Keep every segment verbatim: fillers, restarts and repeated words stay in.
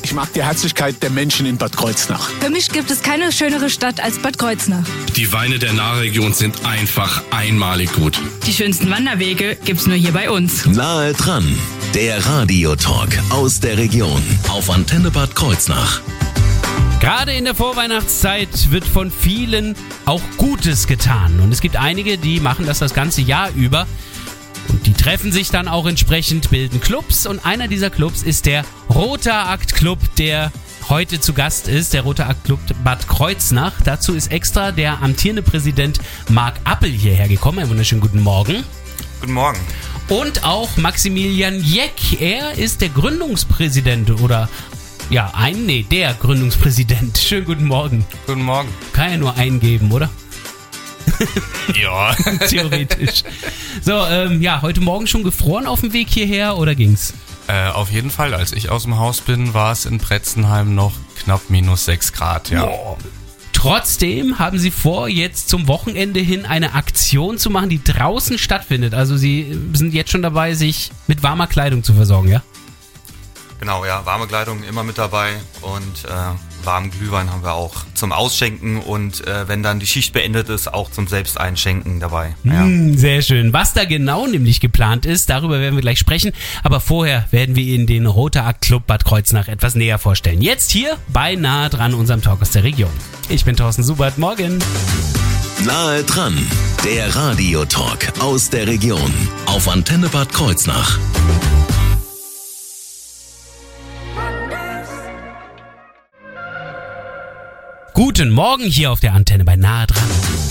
Ich mag die Herzlichkeit der Menschen in Bad Kreuznach. Für mich gibt es keine schönere Stadt als Bad Kreuznach. Die Weine der Nahregion sind einfach einmalig gut. Die schönsten Wanderwege gibt's nur hier bei uns. Nahe dran, der Radiotalk aus der Region auf Antenne Bad Kreuznach. Gerade in der Vorweihnachtszeit wird von vielen auch Gutes getan. Und es gibt einige, die machen das das ganze Jahr über. Und die treffen sich dann auch entsprechend, bilden Clubs. Und einer dieser Clubs ist der Rotaract Club, der heute zu Gast ist. Der Rotaract Club Bad Kreuznach. Dazu ist extra der amtierende Präsident Marc Appel hierher gekommen. Einen wunderschönen guten Morgen. Guten Morgen. Und auch Maximilian Jeck. Er ist der Gründungspräsident oder... Ja, ein, nee, der Gründungspräsident. Schönen guten Morgen. Guten Morgen. Kann ja nur einen geben, oder? Ja. Theoretisch. So, ähm, ja, heute Morgen schon gefroren auf dem Weg hierher oder ging's? Äh, auf jeden Fall. Als ich aus dem Haus bin, war es in Bretzenheim noch knapp minus sechs Grad, ja. Boah. Trotzdem haben Sie vor, jetzt zum Wochenende hin eine Aktion zu machen, die draußen stattfindet. Also Sie sind jetzt schon dabei, sich mit warmer Kleidung zu versorgen, ja? Genau, ja, warme Kleidung immer mit dabei und äh, warmen Glühwein haben wir auch zum Ausschenken und äh, wenn dann die Schicht beendet ist, auch zum Selbsteinschenken dabei. Ja. Mm, sehr schön. Was da genau nämlich geplant ist, darüber werden wir gleich sprechen, aber vorher werden wir Ihnen den Rotaract Club Bad Kreuznach etwas näher vorstellen. Jetzt hier bei Nahe dran, unserem Talk aus der Region. Ich bin Thorsten Subert, morgen. Nahe dran, der Radiotalk aus der Region auf Antenne Bad Kreuznach. Guten Morgen hier auf der Antenne bei Nahe dran.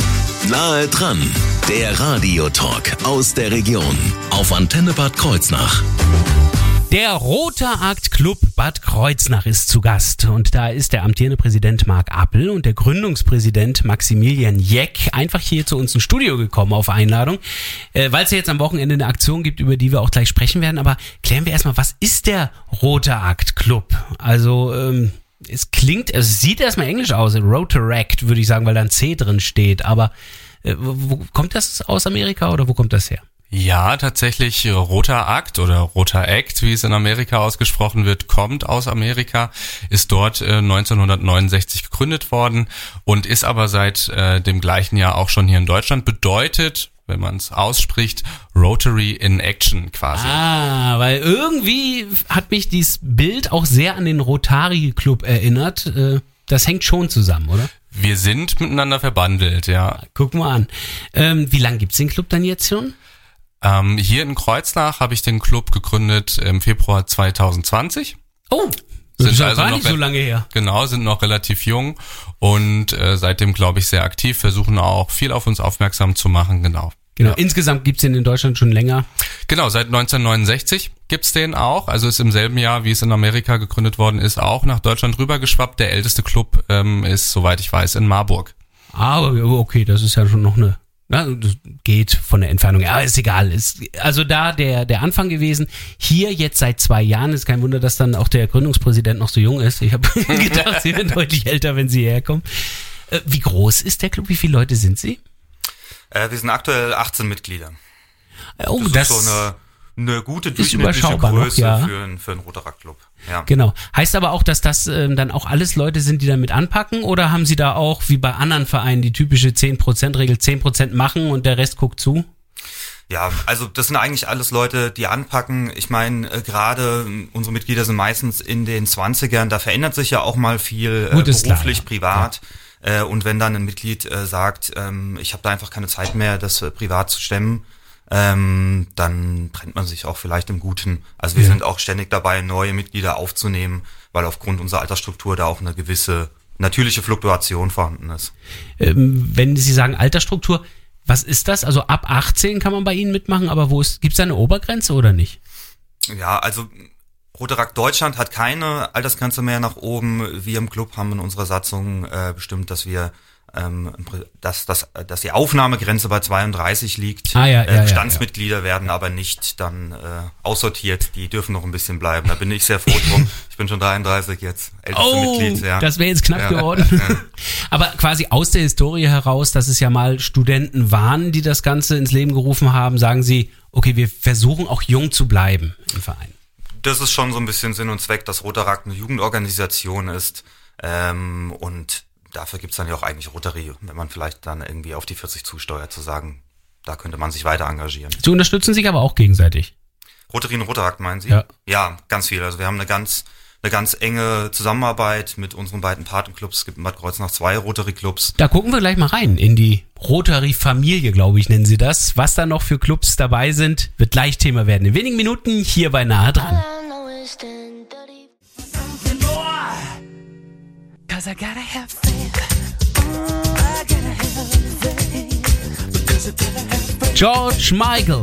Nahe dran, der Radiotalk aus der Region auf Antenne Bad Kreuznach. Der Rotaract Club Bad Kreuznach ist zu Gast und da ist der amtierende Präsident Marc Appel und der Gründungspräsident Maximilian Jeck einfach hier zu uns ins Studio gekommen auf Einladung, äh, weil es ja jetzt am Wochenende eine Aktion gibt, über die wir auch gleich sprechen werden, aber klären wir erstmal, was ist der Rotaract Club? Also, ähm, es klingt, also es sieht erstmal englisch aus, Rotaract würde ich sagen, weil da ein C drin steht, aber äh, wo, wo kommt das aus Amerika oder wo kommt das her? Ja, tatsächlich Rotaract oder Rotaract, wie es in Amerika ausgesprochen wird, kommt aus Amerika, ist dort äh, neunzehnhundertneunundsechzig gegründet worden und ist aber seit äh, dem gleichen Jahr auch schon hier in Deutschland, bedeutet, wenn man es ausspricht, Rotary in Action quasi. Ah, weil irgendwie hat mich dieses Bild auch sehr an den Rotary Club erinnert. Das hängt schon zusammen, oder? Wir sind miteinander verbandelt, ja. Guck mal an. Ähm, wie lange gibt's den Club dann jetzt schon? Ähm, hier in Kreuznach habe ich den Club gegründet im Februar zwanzig zwanzig. Oh, das ist ja also gar noch nicht so lange her. Genau, sind noch relativ jung und äh, seitdem, glaube ich, sehr aktiv, versuchen auch viel auf uns aufmerksam zu machen, genau. Genau, ja. Insgesamt gibt's den in Deutschland schon länger. Genau, seit neunzehnhundertneunundsechzig gibt's den auch, also ist im selben Jahr, wie es in Amerika gegründet worden ist, auch nach Deutschland rübergeschwappt. Der älteste Club ähm, ist, soweit ich weiß, in Marburg. Ah, okay, das ist ja schon noch eine... Na, das geht von der Entfernung. Ja, ist egal. Ist also da der der Anfang gewesen. Hier jetzt seit zwei Jahren. Ist kein Wunder, dass dann auch der Gründungspräsident noch so jung ist. Ich habe gedacht, Sie werden deutlich älter, wenn Sie herkommen. Äh, wie groß ist der Club? Wie viele Leute sind Sie? Äh, wir sind aktuell achtzehn Mitglieder. Oh, das, das ist so eine, eine gute ist durchschnittliche Größe noch, ja. für, einen, für einen Rotaract Club. Ja. Genau. Heißt aber auch, dass das ähm, dann auch alles Leute sind, die damit anpacken? Oder haben Sie da auch, wie bei anderen Vereinen, die typische zehn Prozent Regel, zehn Prozent machen und der Rest guckt zu? Ja, also das sind eigentlich alles Leute, die anpacken. Ich meine, äh, gerade unsere Mitglieder sind meistens in den zwanzigern. Da verändert sich ja auch mal viel äh, Gut, beruflich, klar, ja. privat. Ja. Äh, und wenn dann ein Mitglied äh, sagt, ähm, ich habe da einfach keine Zeit mehr, das äh, privat zu stemmen, ähm, dann trennt man sich auch vielleicht im Guten. Also wir ja. sind auch ständig dabei, neue Mitglieder aufzunehmen, weil aufgrund unserer Altersstruktur da auch eine gewisse natürliche Fluktuation vorhanden ist. Ähm, wenn Sie sagen Altersstruktur, was ist das? Also ab achtzehn kann man bei Ihnen mitmachen, aber wo ist, gibt's da eine Obergrenze oder nicht? Ja, also Rotaract Deutschland hat keine Altersgrenze mehr nach oben. Wir im Club haben in unserer Satzung äh, bestimmt, dass wir ähm, dass, dass, dass die Aufnahmegrenze bei zweiunddreißig liegt. Ah, ja, ja, äh, Bestandsmitglieder ja, ja. werden aber nicht dann äh, aussortiert. Die dürfen noch ein bisschen bleiben. Da bin ich sehr froh drum. Ich bin schon dreiunddreißig jetzt. Älteste oh, Mitglied. Ja. Das wäre jetzt knapp ja. geworden. Ja. Aber quasi aus der Historie heraus, dass es ja mal Studenten waren, die das Ganze ins Leben gerufen haben, sagen Sie, okay, wir versuchen auch jung zu bleiben im Verein. Das ist schon so ein bisschen Sinn und Zweck, dass Rotaract eine Jugendorganisation ist. Ähm, und dafür gibt's dann ja auch eigentlich Rotary, wenn man vielleicht dann irgendwie auf die vierzig zusteuert, zu sagen, da könnte man sich weiter engagieren. Sie unterstützen sich aber auch gegenseitig. Rotary und Rotaract, meinen Sie? Ja. Ja, ganz viel. Also wir haben eine ganz eine ganz enge Zusammenarbeit mit unseren beiden Patenclubs. Es gibt in Bad Kreuznach zwei Rotary-Clubs. Da gucken wir gleich mal rein in die Rotary-Familie, glaube ich, nennen sie das. Was da noch für Clubs dabei sind, wird gleich Thema werden. In wenigen Minuten hier bei Nahe dran. George Michael.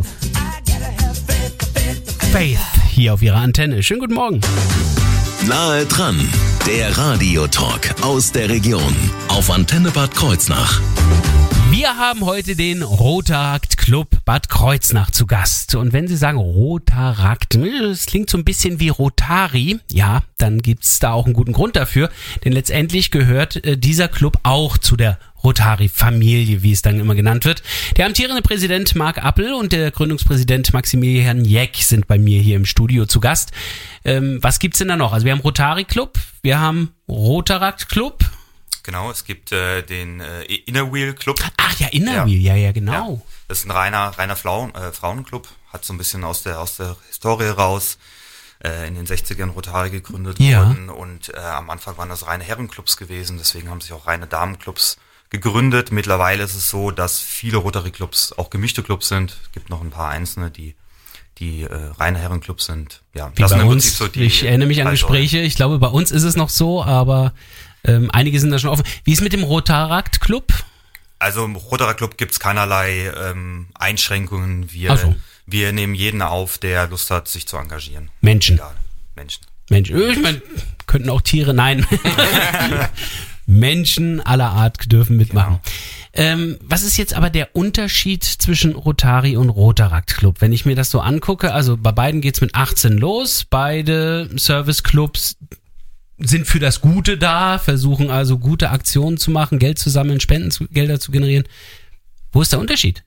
Faith hier auf ihrer Antenne. Schönen guten Morgen. Nahe dran, der Radiotalk aus der Region auf Antenne Bad Kreuznach. Wir haben heute den Rotaract Club Bad Kreuznach zu Gast. Und wenn Sie sagen Rotaract, das klingt so ein bisschen wie Rotari, ja, dann gibt's da auch einen guten Grund dafür. Denn letztendlich gehört äh, dieser Club auch zu der Rotary-Familie, wie es dann immer genannt wird. Der amtierende Präsident Marc Appel und der Gründungspräsident Maximilian Jeck sind bei mir hier im Studio zu Gast. Ähm, was gibt's denn da noch? Also wir haben Rotary-Club, wir haben Rotaract-Club. Genau, es gibt äh, den äh, Inner Wheel Club. Ach ja, Inner Wheel, ja, ja, genau. Ja, das ist ein reiner reiner Frauen, äh, Frauenclub, hat so ein bisschen aus der aus der Historie raus äh, in den sechzigern Rotary gegründet ja. worden und äh, am Anfang waren das reine Herrenclubs gewesen, deswegen haben sich auch reine Damenclubs gegründet. Mittlerweile ist es so, dass viele Rotary-Clubs auch gemischte Clubs sind. Es gibt noch ein paar einzelne, die die äh, reine Herrenclubs sind. Ja, wie das bei sind im uns. Prinzip so die, ich erinnere mich an also, Gespräche. Ich glaube, bei uns ist es noch so, aber ähm, einige sind da schon offen. Wie ist mit dem Rotaract-Club? Also im Rotaract-Club gibt's keinerlei ähm, Einschränkungen. Wir Ach so. wir nehmen jeden auf, der Lust hat, sich zu engagieren. Menschen. Egal. Menschen. Menschen. Ich meine, könnten auch Tiere. Nein. Menschen aller Art dürfen mitmachen. Genau. Ähm, was ist jetzt aber der Unterschied zwischen Rotary und Rotaract Club? Wenn ich mir das so angucke, also bei beiden geht's mit achtzehn los, beide Serviceclubs sind für das Gute da, versuchen also gute Aktionen zu machen, Geld zu sammeln, Spendengelder zu generieren. Wo ist der Unterschied?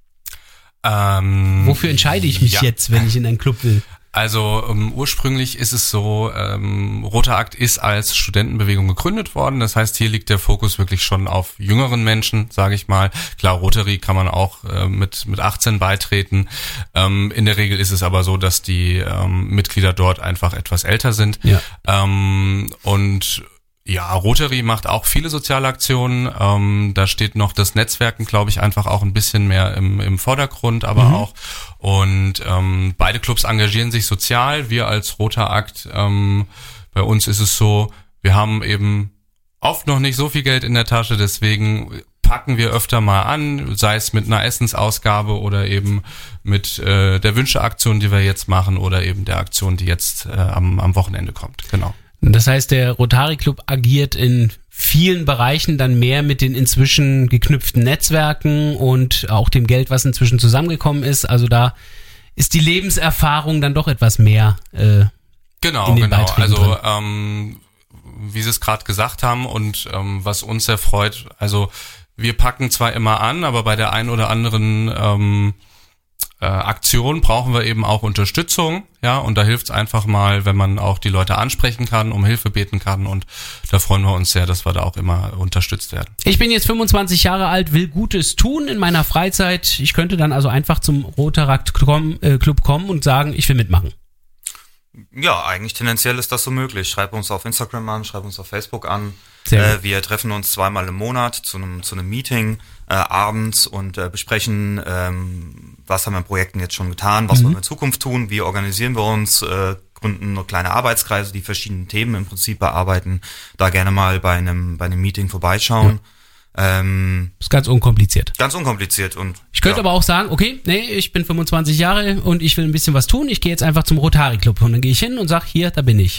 Ähm, Wofür entscheide ich mich ja. jetzt, wenn ich in einen Club will? Also um, ursprünglich ist es so, ähm, Rotaract ist als Studentenbewegung gegründet worden. Das heißt, hier liegt der Fokus wirklich schon auf jüngeren Menschen, sage ich mal. Klar, Rotary kann man auch äh, mit mit achtzehn beitreten. Ähm, in der Regel ist es aber so, dass die ähm, Mitglieder dort einfach etwas älter sind. Ja. Ähm, und ja, Rotary macht auch viele soziale Aktionen. Ähm, da steht noch das Netzwerken, glaube ich, einfach auch ein bisschen mehr im, im Vordergrund, aber mhm. auch. Und ähm, beide Clubs engagieren sich sozial. Wir als Rotaract, ähm, bei uns ist es so, wir haben eben oft noch nicht so viel Geld in der Tasche, deswegen packen wir öfter mal an, sei es mit einer Essensausgabe oder eben mit äh, der Wünscheaktion, die wir jetzt machen, oder eben der Aktion, die jetzt äh, am, am Wochenende kommt. Genau. Das heißt, der Rotary Club agiert in vielen Bereichen dann mehr mit den inzwischen geknüpften Netzwerken und auch dem Geld, was inzwischen zusammengekommen ist. Also da ist die Lebenserfahrung dann doch etwas mehr äh, genau, in den genau. Beiträgen Also drin. ähm, wie Sie es gerade gesagt haben und ähm, was uns sehr freut, also wir packen zwar immer an, aber bei der einen oder anderen ähm, äh, Aktion brauchen wir eben auch Unterstützung, ja, und da hilft es einfach mal, wenn man auch die Leute ansprechen kann, um Hilfe beten kann, und da freuen wir uns sehr, dass wir da auch immer unterstützt werden. Ich bin jetzt fünfundzwanzig Jahre alt, will Gutes tun in meiner Freizeit. Ich könnte dann also einfach zum Rotaract Club kommen und sagen, ich will mitmachen. Ja, eigentlich tendenziell ist das so möglich. Schreib uns auf Instagram an, schreib uns auf Facebook an. Sehr Äh, wir treffen uns zweimal im Monat zu einem zu einem Meeting äh, abends und äh, besprechen, ähm, was haben wir in Projekten jetzt schon getan, was Mhm. wollen wir in Zukunft tun, wie organisieren wir uns, äh, gründen noch kleine Arbeitskreise, die verschiedenen Themen im Prinzip bearbeiten. Da gerne mal bei einem bei einem Meeting vorbeischauen. Ja. Ähm, ist ganz unkompliziert. Ganz unkompliziert. Und ich könnte ja. aber auch sagen, okay, nee, ich bin fünfundzwanzig Jahre und ich will ein bisschen was tun. Ich gehe jetzt einfach zum Rotary Club und dann gehe ich hin und sage, hier, da bin ich.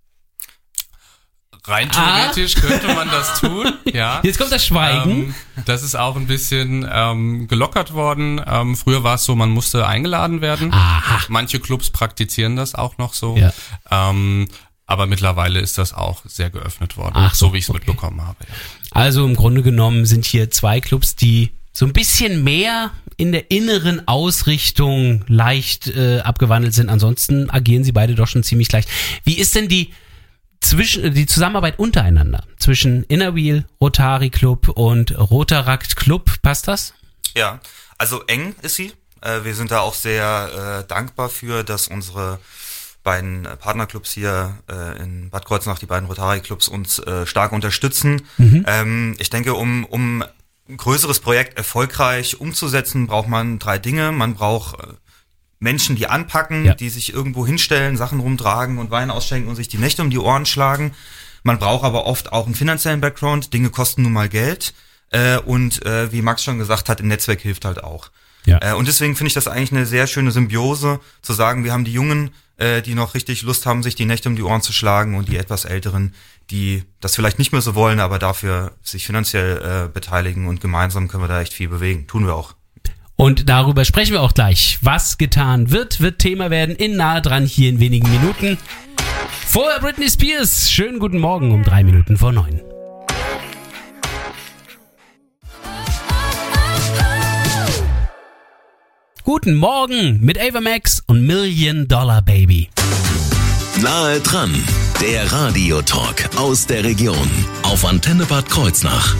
Rein theoretisch ah. könnte man das tun, ja. Jetzt kommt das Schweigen. Ähm, das ist auch ein bisschen ähm, gelockert worden. Ähm, früher war es so, man musste eingeladen werden. Aha. Manche Clubs praktizieren das auch noch so. Ja. Ähm, aber mittlerweile ist das auch sehr geöffnet worden, Ach so, so wie ich es okay. mitbekommen habe. Ja. Also im Grunde genommen sind hier zwei Clubs, die so ein bisschen mehr in der inneren Ausrichtung leicht äh, abgewandelt sind. Ansonsten agieren sie beide doch schon ziemlich gleich. Wie ist denn die zwischen die Zusammenarbeit untereinander zwischen Inner Wheel, Rotary Club und Rotaract Club? Passt das? Ja, also eng ist sie. Äh, wir sind da auch sehr äh, dankbar für, dass unsere beiden Partnerclubs hier äh, in Bad Kreuznach, die beiden Rotary-Clubs, uns äh, stark unterstützen. Mhm. Ähm, ich denke, um um ein größeres Projekt erfolgreich umzusetzen, braucht man drei Dinge. Man braucht äh, Menschen, die anpacken, ja. die sich irgendwo hinstellen, Sachen rumtragen und Wein ausschenken und sich die Nächte um die Ohren schlagen. Man braucht aber oft auch einen finanziellen Background. Dinge kosten nun mal Geld. Äh, und äh, wie Max schon gesagt hat, ein Netzwerk hilft halt auch. Ja. Äh, und deswegen finde ich das eigentlich eine sehr schöne Symbiose, zu sagen, wir haben die Jungen, äh, die noch richtig Lust haben, sich die Nächte um die Ohren zu schlagen, und die etwas Älteren, die das vielleicht nicht mehr so wollen, aber dafür sich finanziell äh, beteiligen, und gemeinsam können wir da echt viel bewegen. Tun wir auch. Und darüber sprechen wir auch gleich. Was getan wird, wird Thema werden in Nahe dran hier in wenigen Minuten. Vorher Britney Spears. Schönen guten Morgen um drei Minuten vor neun. Guten Morgen mit Ava Max und Million Dollar Baby. Nahe dran, der Radiotalk aus der Region auf Antenne Bad Kreuznach.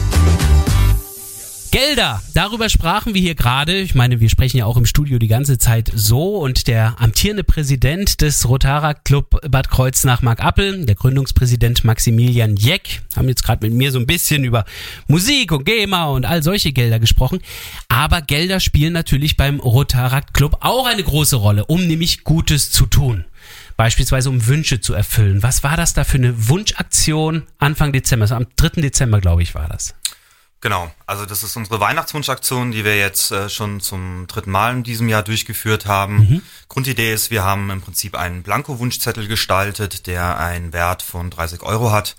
Gelder, darüber sprachen wir hier gerade. Ich meine, wir sprechen ja auch im Studio die ganze Zeit so, und der amtierende Präsident des Rotaract Club Bad Kreuznach, Marc Appel, der Gründungspräsident Maximilian Jeck, haben jetzt gerade mit mir so ein bisschen über Musik und GEMA und all solche Gelder gesprochen. Aber Gelder spielen natürlich beim Rotaract Club auch eine große Rolle, um nämlich Gutes zu tun. Beispielsweise um Wünsche zu erfüllen. Was war das da für eine Wunschaktion Anfang Dezember? Also am dritten Dezember, glaube ich, war das. Genau, also das ist unsere Weihnachtswunschaktion, die wir jetzt äh, schon zum dritten Mal in diesem Jahr durchgeführt haben. Mhm. Grundidee ist, wir haben im Prinzip einen Blanko-Wunschzettel gestaltet, der einen Wert von dreißig Euro hat.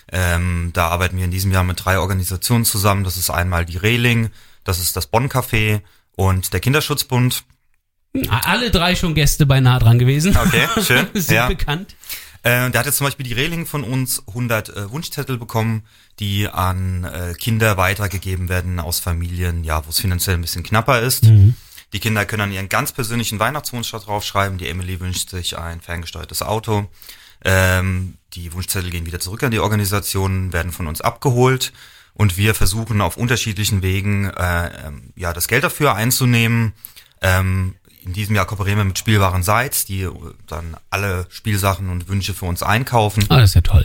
Ähm, da arbeiten wir in diesem Jahr mit drei Organisationen zusammen. Das ist einmal die Rehling, das ist das Bonn-Café und der Kinderschutzbund. Alle drei schon Gäste bei Nah dran gewesen. Okay, schön. Sind ja. bekannt. Äh, der hat jetzt zum Beispiel die Rehling von uns hundert äh, Wunschzettel bekommen, die an äh, Kinder weitergegeben werden aus Familien, ja, wo es finanziell ein bisschen knapper ist. Mhm. Die Kinder können dann ihren ganz persönlichen Weihnachtswunsch da draufschreiben. Die Emily wünscht sich ein ferngesteuertes Auto. Ähm, die Wunschzettel gehen wieder zurück an die Organisation, werden von uns abgeholt, und wir versuchen auf unterschiedlichen Wegen äh, ähm, ja das Geld dafür einzunehmen. Ähm, In diesem Jahr kooperieren wir mit Spielwaren Seitz, die dann alle Spielsachen und Wünsche für uns einkaufen. Ah, das ist ja toll.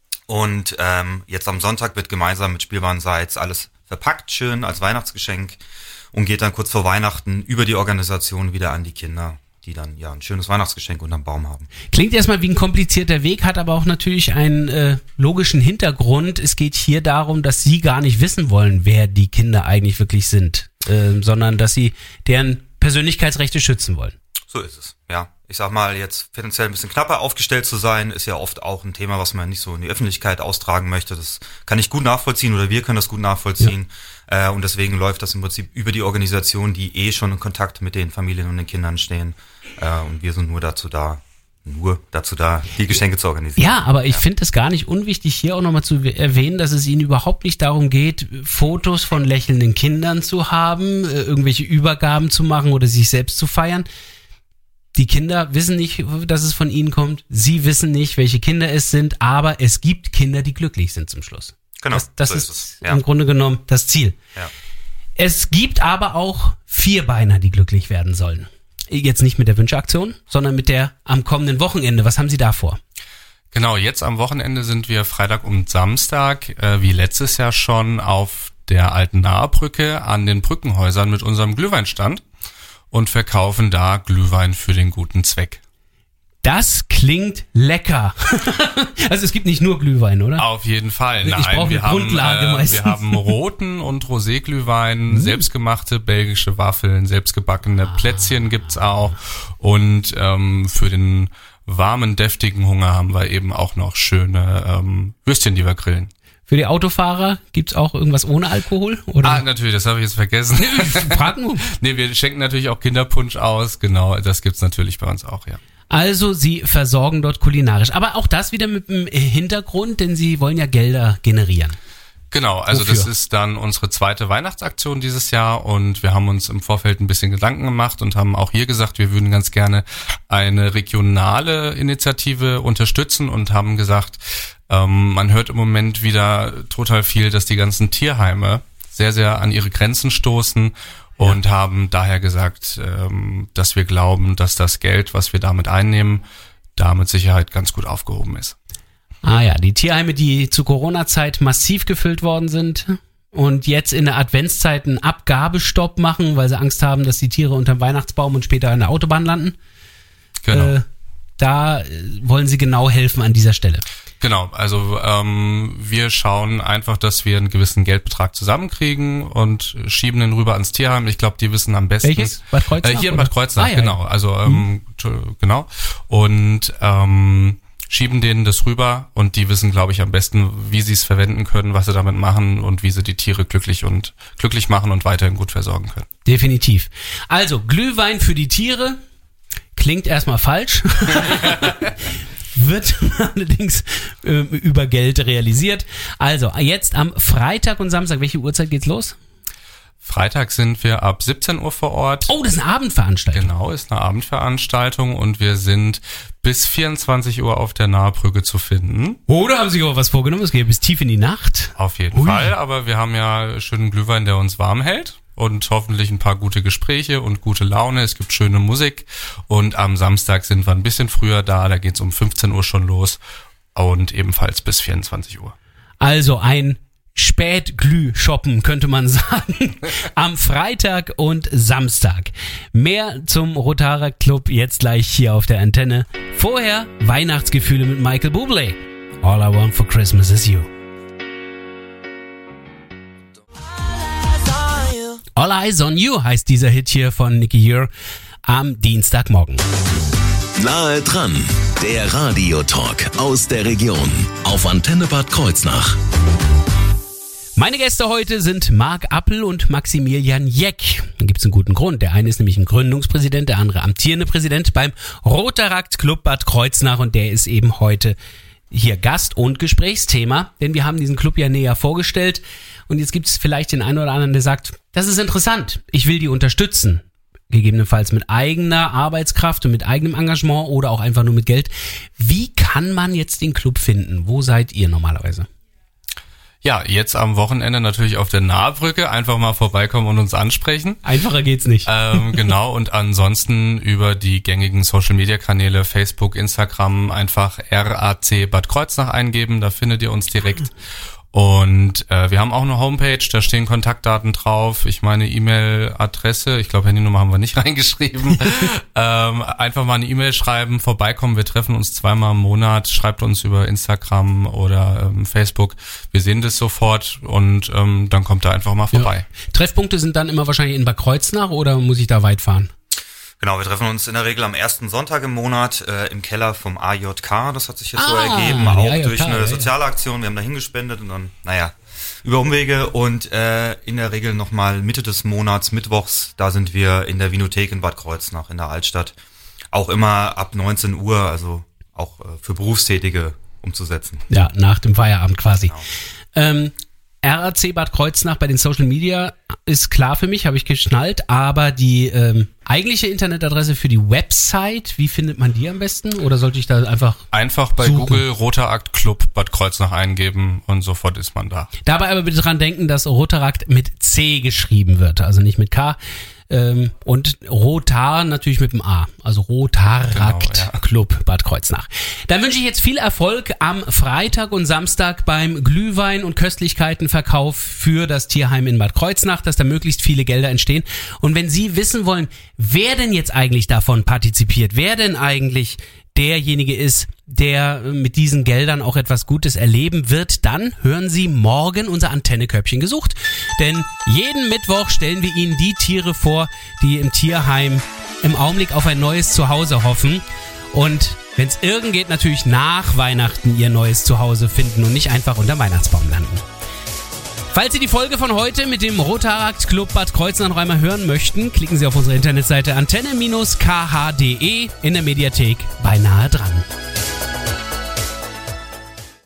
Und ähm, jetzt am Sonntag wird gemeinsam mit Spielwaren Seitz alles verpackt, schön als Weihnachtsgeschenk, und geht dann kurz vor Weihnachten über die Organisation wieder an die Kinder, die dann ja ein schönes Weihnachtsgeschenk unterm Baum haben. Klingt erstmal wie ein komplizierter Weg, hat aber auch natürlich einen äh, logischen Hintergrund. Es geht hier darum, dass Sie gar nicht wissen wollen, wer die Kinder eigentlich wirklich sind, äh, sondern dass Sie deren Persönlichkeitsrechte schützen wollen. So ist es, ja. Ich sag mal, jetzt finanziell ein bisschen knapper aufgestellt zu sein, ist ja oft auch ein Thema, was man nicht so in die Öffentlichkeit austragen möchte. Das kann ich gut nachvollziehen, oder wir können das gut nachvollziehen. Ja. Äh, und deswegen läuft das im Prinzip über die Organisation, die eh schon in Kontakt mit den Familien und den Kindern stehen. Äh, und wir sind nur dazu da, nur dazu da, die Geschenke zu organisieren. Ja, aber ich ja. finde es gar nicht unwichtig, hier auch nochmal zu erwähnen, dass es Ihnen überhaupt nicht darum geht, Fotos von lächelnden Kindern zu haben, irgendwelche Übergaben zu machen oder sich selbst zu feiern. Die Kinder wissen nicht, dass es von Ihnen kommt. Sie wissen nicht, welche Kinder es sind, aber es gibt Kinder, die glücklich sind zum Schluss. Genau, das, das so ist, ist es. Ja. im Grunde genommen das Ziel. Ja. Es gibt aber auch Vierbeiner, die glücklich werden sollen. Jetzt nicht mit der Wünscheaktion, sondern mit der am kommenden Wochenende. Was haben Sie da vor? Genau, jetzt am Wochenende sind wir Freitag und Samstag, äh, wie letztes Jahr schon, auf der alten Naherbrücke an den Brückenhäusern mit unserem Glühweinstand und verkaufen da Glühwein für den guten Zweck. Das klingt lecker. Also es gibt nicht nur Glühwein, oder? Auf jeden Fall. Ich Nein, brauche wir eine Grundlage haben, äh, meistens. Wir haben roten und Roséglühwein, mhm. selbstgemachte belgische Waffeln, selbstgebackene ah. Plätzchen gibt's auch. Und ähm, für den warmen, deftigen Hunger haben wir eben auch noch schöne ähm, Würstchen, die wir grillen. Für die Autofahrer gibt's auch irgendwas ohne Alkohol? Oder? Ah, natürlich, das habe ich jetzt vergessen. Frag nur. Nee, wir schenken natürlich auch Kinderpunsch aus. Genau, das gibt's natürlich bei uns auch, ja. Also Sie versorgen dort kulinarisch. Aber auch das wieder mit dem Hintergrund, denn Sie wollen ja Gelder generieren. Genau, also Wofür? das ist dann unsere zweite Weihnachtsaktion dieses Jahr und wir haben uns im Vorfeld ein bisschen Gedanken gemacht und haben auch hier gesagt, wir würden ganz gerne eine regionale Initiative unterstützen und haben gesagt, ähm, man hört im Moment wieder total viel, dass die ganzen Tierheime sehr, sehr an ihre Grenzen stoßen und ja. haben daher gesagt, ähm, dass wir glauben, dass das Geld, was wir damit einnehmen, da mit Sicherheit ganz gut aufgehoben ist. Ah ja, die Tierheime, die zu Corona-Zeit massiv gefüllt worden sind und jetzt in der Adventszeit einen Abgabestopp machen, weil sie Angst haben, dass die Tiere unterm Weihnachtsbaum und später an der Autobahn landen. Genau. Äh, da wollen sie genau helfen an dieser Stelle. Genau, also ähm, wir schauen einfach, dass wir einen gewissen Geldbetrag zusammenkriegen und schieben den rüber ans Tierheim. Ich glaube, die wissen am besten. Welches? Bad Kreuznach? Äh, hier in oder? Bad Kreuznach, ah, ja, genau. Ja. Also ähm, mhm. genau. Und ähm, schieben denen das rüber und die wissen, glaube ich, am besten, wie sie es verwenden können, was sie damit machen und wie sie die Tiere glücklich und glücklich machen und weiterhin gut versorgen können. Definitiv. Also, Glühwein für die Tiere klingt erstmal falsch. Wird allerdings äh, über Geld realisiert. Also, jetzt am Freitag und Samstag, welche Uhrzeit geht's los? Freitag sind wir ab siebzehn Uhr vor Ort. Oh, das ist eine Abendveranstaltung. Genau, ist eine Abendveranstaltung und wir sind bis vierundzwanzig Uhr auf der Nahebrücke zu finden. Oh, da haben Sie sich aber was vorgenommen, es geht bis tief in die Nacht. Auf jeden Ui. Fall, aber wir haben ja schönen Glühwein, der uns warm hält und hoffentlich ein paar gute Gespräche und gute Laune. Es gibt schöne Musik und am Samstag sind wir ein bisschen früher da, da geht's um fünfzehn Uhr schon los und ebenfalls bis vierundzwanzig Uhr. Also ein Spätglüh-Shoppen, könnte man sagen, am Freitag und Samstag. Mehr zum Rotaract Club jetzt gleich hier auf der Antenne. Vorher Weihnachtsgefühle mit Michael Bublé. All I want for Christmas is you. All Eyes on You heißt dieser Hit hier von Nicky Ure am Dienstagmorgen. Nahe dran, der Radiotalk aus der Region auf Antenne Bad Kreuznach. Meine Gäste heute sind Marc Appel und Maximilian Jeck. Da gibt es einen guten Grund. Der eine ist nämlich ein Gründungspräsident, der andere amtierende Präsident beim Rotaract Club Bad Kreuznach und der ist eben heute hier Gast und Gesprächsthema, denn wir haben diesen Club ja näher vorgestellt und jetzt gibt es vielleicht den einen oder anderen, der sagt, das ist interessant, ich will die unterstützen. Gegebenenfalls mit eigener Arbeitskraft und mit eigenem Engagement oder auch einfach nur mit Geld. Wie kann man jetzt den Club finden? Wo seid ihr normalerweise? Ja, jetzt am Wochenende natürlich auf der Nahebrücke. Einfach mal vorbeikommen und uns ansprechen. Einfacher geht's nicht. Ähm, genau, und ansonsten über die gängigen Social-Media-Kanäle Facebook, Instagram einfach R A C Bad Kreuznach eingeben. Da findet ihr uns direkt. Und äh, wir haben auch eine Homepage, da stehen Kontaktdaten drauf. Ich meine E-Mail-Adresse, ich glaube Handynummer haben wir nicht reingeschrieben. ähm, einfach mal eine E-Mail schreiben, vorbeikommen. Wir treffen uns zweimal im Monat. Schreibt uns über Instagram oder ähm, Facebook. Wir sehen das sofort und ähm, dann kommt da einfach mal vorbei. Ja. Treffpunkte sind dann immer wahrscheinlich in Bad Kreuznach oder muss ich da weit fahren? Genau, wir treffen uns in der Regel am ersten Sonntag im Monat äh, im Keller vom A J K. Das hat sich jetzt ah, so ergeben, auch A J K, durch eine ja, soziale Aktion. Wir haben da hingespendet und dann, naja, über Umwege. Und äh, in der Regel nochmal Mitte des Monats, mittwochs, da sind wir in der Vinothek in Bad Kreuznach in der Altstadt. Auch immer ab neunzehn Uhr, also auch äh, für Berufstätige umzusetzen. Ja, nach dem Feierabend quasi. Genau. Ähm, R A C Bad Kreuznach bei den Social Media ist klar für mich, habe ich geschnallt, aber die ähm, eigentliche Internetadresse für die Website, wie findet man die am besten? Oder sollte ich da einfach Einfach bei suchen? Google Rotaract Club Bad Kreuznach eingeben und sofort ist man da. Dabei aber bitte dran denken, dass Rotaract mit C geschrieben wird, also nicht mit K. Ähm, und Rotar natürlich mit dem A, also Rotaract Genau, ja. Club Bad Kreuznach. Dann wünsche ich jetzt viel Erfolg am Freitag und Samstag beim Glühwein- und Köstlichkeitenverkauf für das Tierheim in Bad Kreuznach, dass da möglichst viele Gelder entstehen. Und wenn Sie wissen wollen, wer denn jetzt eigentlich davon partizipiert, wer denn eigentlich derjenige ist, der mit diesen Geldern auch etwas Gutes erleben wird, dann hören Sie morgen unser Antennekörbchen gesucht. Denn jeden Mittwoch stellen wir Ihnen die Tiere vor, die im Tierheim im Augenblick auf ein neues Zuhause hoffen. Und wenn es irgend geht, natürlich nach Weihnachten ihr neues Zuhause finden und nicht einfach unter dem Weihnachtsbaum landen. Falls Sie die Folge von heute mit dem Rotaract Club Bad Kreuznach noch einmal hören möchten, klicken Sie auf unsere Internetseite antenne Bindestrich k h punkt d e in der Mediathek bei Nahe dran.